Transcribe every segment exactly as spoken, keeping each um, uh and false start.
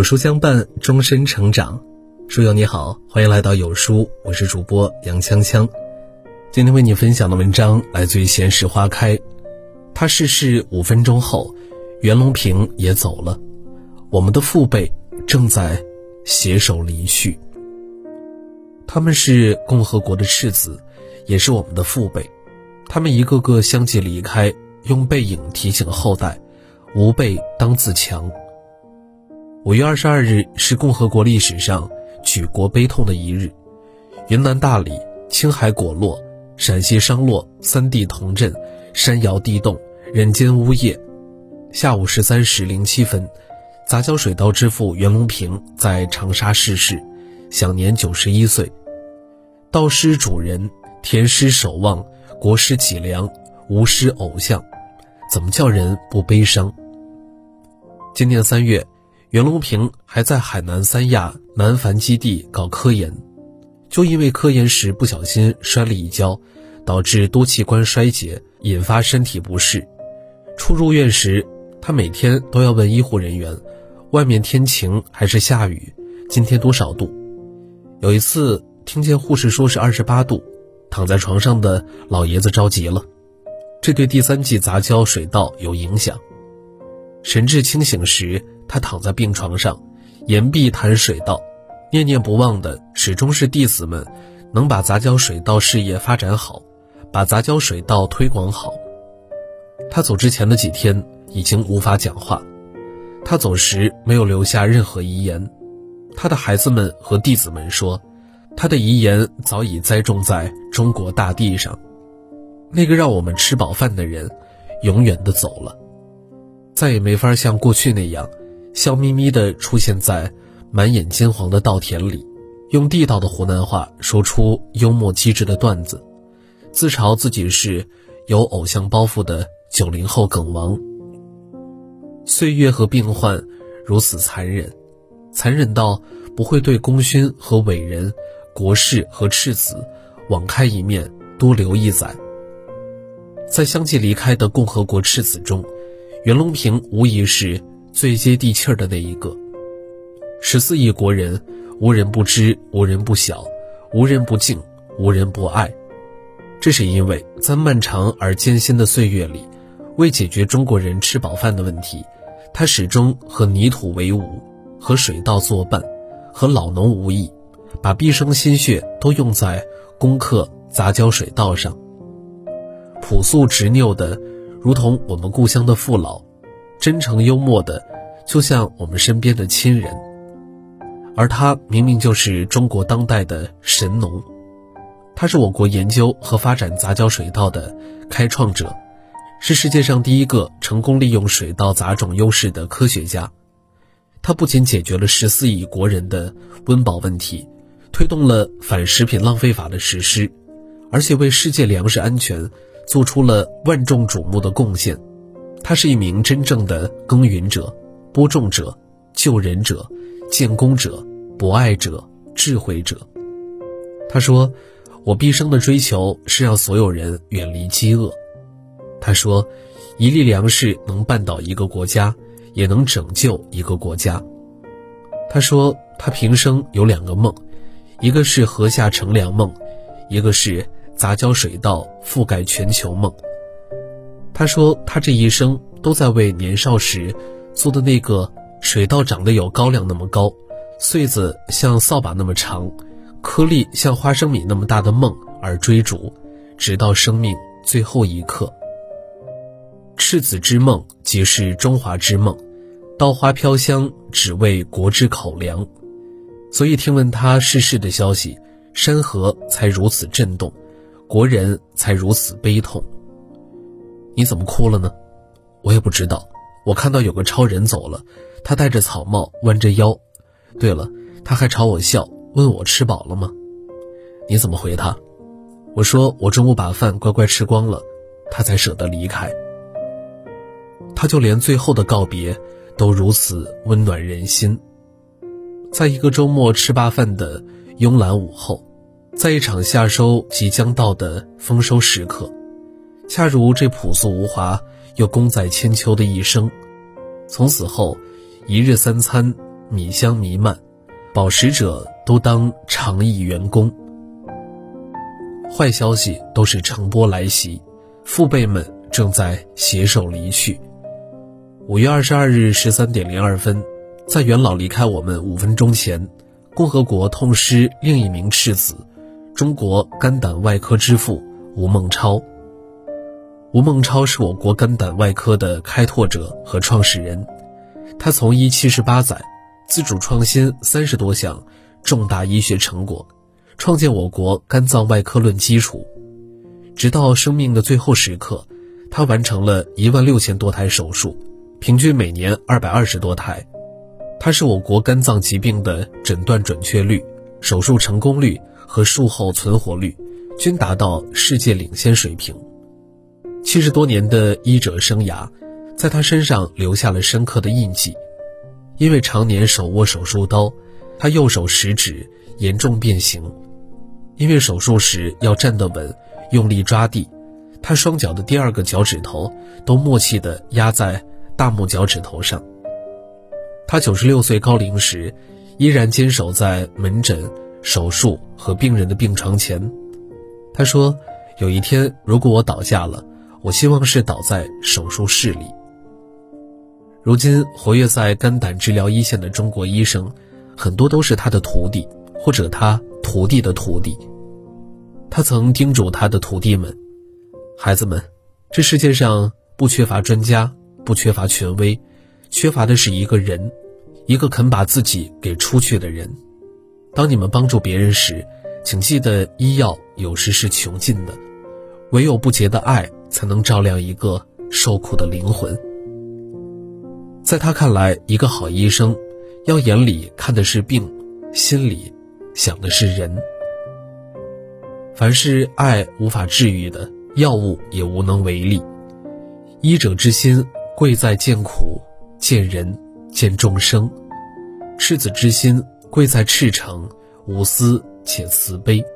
书相伴，终身成长。书友你好，欢迎来到有书，我是主播杨锵锵。今天为你分享的文章来自于闲时花开。他逝世五分钟后，袁隆平也走了，我们的父辈正在携手离去。他们是共和国的赤子，也是我们的父辈，他们一个个相继离开，用背影提醒后代，吾辈当自强。五月二十二日是共和国历史上举国悲痛的一日，云南大理、青海果洛、陕西商洛三地同震，山摇地动，人间呜咽。下午十三时零七分，杂交水稻之父袁隆平在长沙逝世，享年九十一岁。稻诗主人，田诗守望，国诗脊梁，吾诗偶像，怎么叫人不悲伤？今年三月，袁隆平还在海南三亚南繁基地搞科研，就因为科研时不小心摔了一跤，导致多器官衰竭，引发身体不适。出入院时，他每天都要问医护人员，外面天晴还是下雨，今天多少度？有一次听见护士说是二十八度，躺在床上的老爷子着急了，这对第三季杂交水稻有影响。神志清醒时，他躺在病床上，言必谈水稻，念念不忘的始终是弟子们能把杂交水稻事业发展好，把杂交水稻推广好。他走之前的几天已经无法讲话，他走时没有留下任何遗言。他的孩子们和弟子们说，他的遗言早已栽种在中国大地上。那个让我们吃饱饭的人永远地走了，再也没法像过去那样笑眯眯地出现在满眼金黄的稻田里，用地道的湖南话说出幽默机智的段子，自嘲自己是有偶像包袱的九零后梗王。岁月和病患如此残忍，残忍到不会对功勋和伟人、国士和赤子网开一面，多留一载。在相继离开的共和国赤子中，袁隆平无疑是最接地气儿的那一个。十四亿国人，无人不知，无人不晓，无人不敬，无人不爱。这是因为在漫长而艰辛的岁月里，为解决中国人吃饱饭的问题，他始终和泥土为伍，和水稻作伴，和老农无异，把毕生心血都用在攻克杂交水稻上。朴素执拗的如同我们故乡的父老，真诚幽默的就像我们身边的亲人。而他明明就是中国当代的神农，他是我国研究和发展杂交水稻的开创者，是世界上第一个成功利用水稻杂种优势的科学家。他不仅解决了十四亿国人的温饱问题，推动了反食品浪费法的实施，而且为世界粮食安全做出了万众瞩目的贡献。他是一名真正的耕耘者、播种者、救人者、建功者、博爱者、智慧者。他说，我毕生的追求是让所有人远离饥饿。他说，一粒粮食能绊倒一个国家，也能拯救一个国家。他说，他平生有两个梦，一个是禾下乘凉梦，一个是杂交水稻覆盖全球梦。他说，他这一生都在为年少时做的那个水稻长得有高粱那么高，穗子像扫把那么长，颗粒像花生米那么大的梦而追逐，直到生命最后一刻。赤子之梦即是中华之梦，稻花飘香，只为国之口粮。所以听闻他逝世的消息，山河才如此震动，国人才如此悲痛。你怎么哭了呢？我也不知道，我看到有个超人走了，他戴着草帽，弯着腰。对了，他还朝我笑，问我吃饱了吗？你怎么回他？我说我中午把饭乖乖吃光了，他才舍得离开。他就连最后的告别都如此温暖人心。在一个周末吃罢饭的慵懒午后，在一场夏收即将到的丰收时刻，恰如这朴素无华又功在千秋的一生，从此后一日三餐米香弥漫，饱食者都当长忆员工。坏消息都是乘波来袭，父辈们正在携手离去。五月二十二日十三点零二分，在元老离开我们五分钟前，共和国痛失另一名赤子，中国肝胆外科之父吴孟超。吴孟超是我国肝胆外科的开拓者和创始人，他从医七十八载，自主创新三十多项重大医学成果，创建我国肝脏外科论基础。直到生命的最后时刻，他完成了一万六千多台手术，平均每年二百二十多台。他是我国肝脏疾病的诊断准确率、手术成功率和术后存活率均达到世界领先水平。七十多年的医者生涯，在他身上留下了深刻的印记。因为常年手握手术刀，他右手食指严重变形。因为手术时要站得稳，用力抓地，他双脚的第二个脚趾头都默契地压在大拇脚趾头上。他九十六岁高龄时，依然坚守在门诊、手术和病人的病床前。他说，有一天如果我倒下了，我希望是倒在手术室里。如今活跃在肝胆治疗一线的中国医生，很多都是他的徒弟，或者他徒弟的徒弟。他曾叮嘱他的徒弟们，孩子们，这世界上不缺乏专家，不缺乏权威，缺乏的是一个人，一个肯把自己给出去的人。当你们帮助别人时，请记得医药有时是穷尽的，唯有不竭的爱才能照亮一个受苦的灵魂。在他看来，一个好医生要眼里看的是病，心里想的是人。凡是爱无法治愈的，药物也无能为力。医者之心贵在见苦、见人、见众生；赤子之心贵在赤诚、无私且慈悲。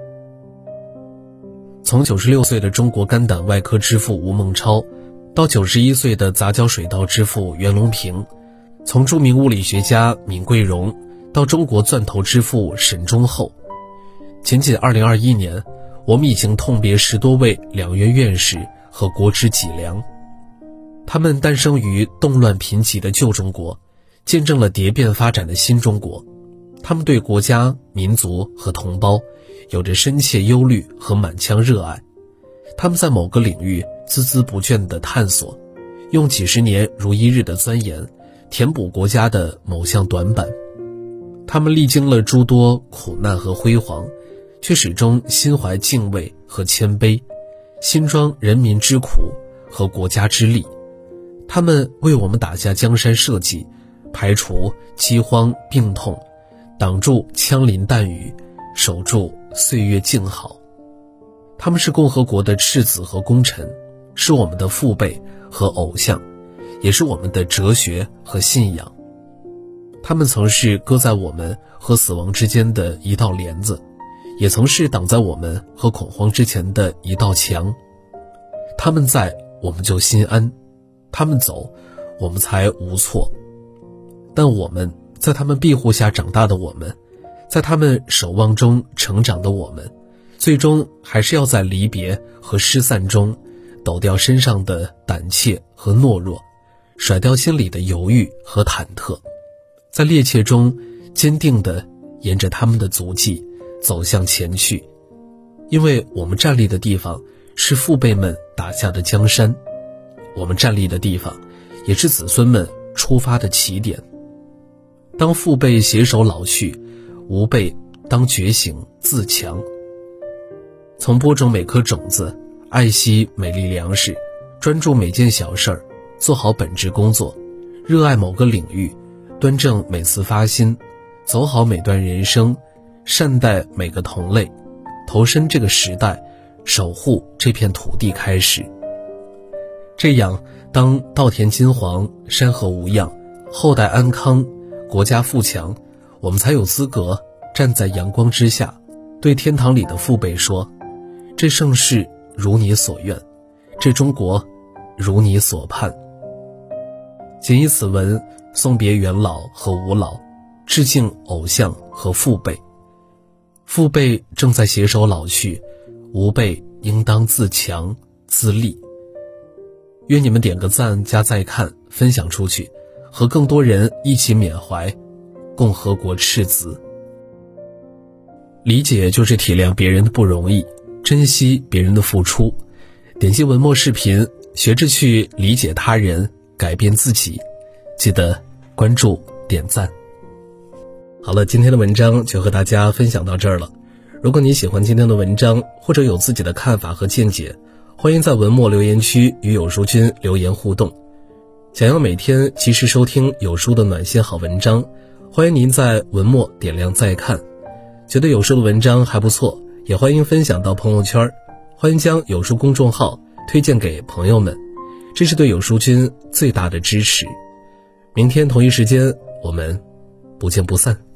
从九十六岁的中国肝胆外科之父吴孟超，到九十一岁的杂交水稻之父袁隆平，从著名物理学家闵贵荣到中国钻头之父沈忠厚，仅仅二零二一年，我们已经痛别十多位两院院士和国之脊梁。他们诞生于动乱贫瘠的旧中国，见证了蝶变发展的新中国。他们对国家、民族和同胞有着深切忧虑和满腔热爱。他们在某个领域孜孜不倦地探索，用几十年如一日的钻研填补国家的某项短板。他们历经了诸多苦难和辉煌，却始终心怀敬畏和谦卑，心装人民之苦和国家之力。他们为我们打下江山社稷，排除饥荒病痛，挡住枪林弹雨，守住岁月静好。他们是共和国的赤子和功臣，是我们的父辈和偶像，也是我们的哲学和信仰。他们曾是搁在我们和死亡之间的一道帘子，也曾是挡在我们和恐慌之前的一道墙。他们在，我们就心安；他们走，我们才无措。但我们在他们庇护下长大的我们，在他们守望中成长的我们，最终还是要在离别和失散中抖掉身上的胆怯和懦弱，甩掉心里的犹豫和忐忑，在趔趄中坚定地沿着他们的足迹走向前去。因为我们站立的地方是父辈们打下的江山，我们站立的地方也是子孙们出发的起点。当父辈携手老去，吾辈当觉醒自强。从播种每颗种子，爱惜美丽粮食，专注每件小事儿，做好本职工作，热爱某个领域，端正每次发心，走好每段人生，善待每个同类，投身这个时代，守护这片土地开始。这样，当稻田金黄，山河无恙，后代安康，国家富强，我们才有资格站在阳光之下，对天堂里的父辈说，这盛世如你所愿，这中国如你所盼。 谨以此文送别元老和吴老，致敬偶像和父辈。父辈正在携手老去，吾辈应当自强自立。愿你们点个赞加再看，分享出去，和更多人一起缅怀共和国赤子。理解就是体谅别人的不容易，珍惜别人的付出。点击文末视频，学着去理解他人，改变自己。记得关注点赞。好了，今天的文章就和大家分享到这儿了。如果你喜欢今天的文章，或者有自己的看法和见解，欢迎在文末留言区与有书君留言互动。想要每天及时收听有书的暖心好文章，欢迎您在文末点亮再看。觉得有书的文章还不错，也欢迎分享到朋友圈，欢迎将有书公众号推荐给朋友们，这是对有书君最大的支持。明天同一时间，我们不见不散。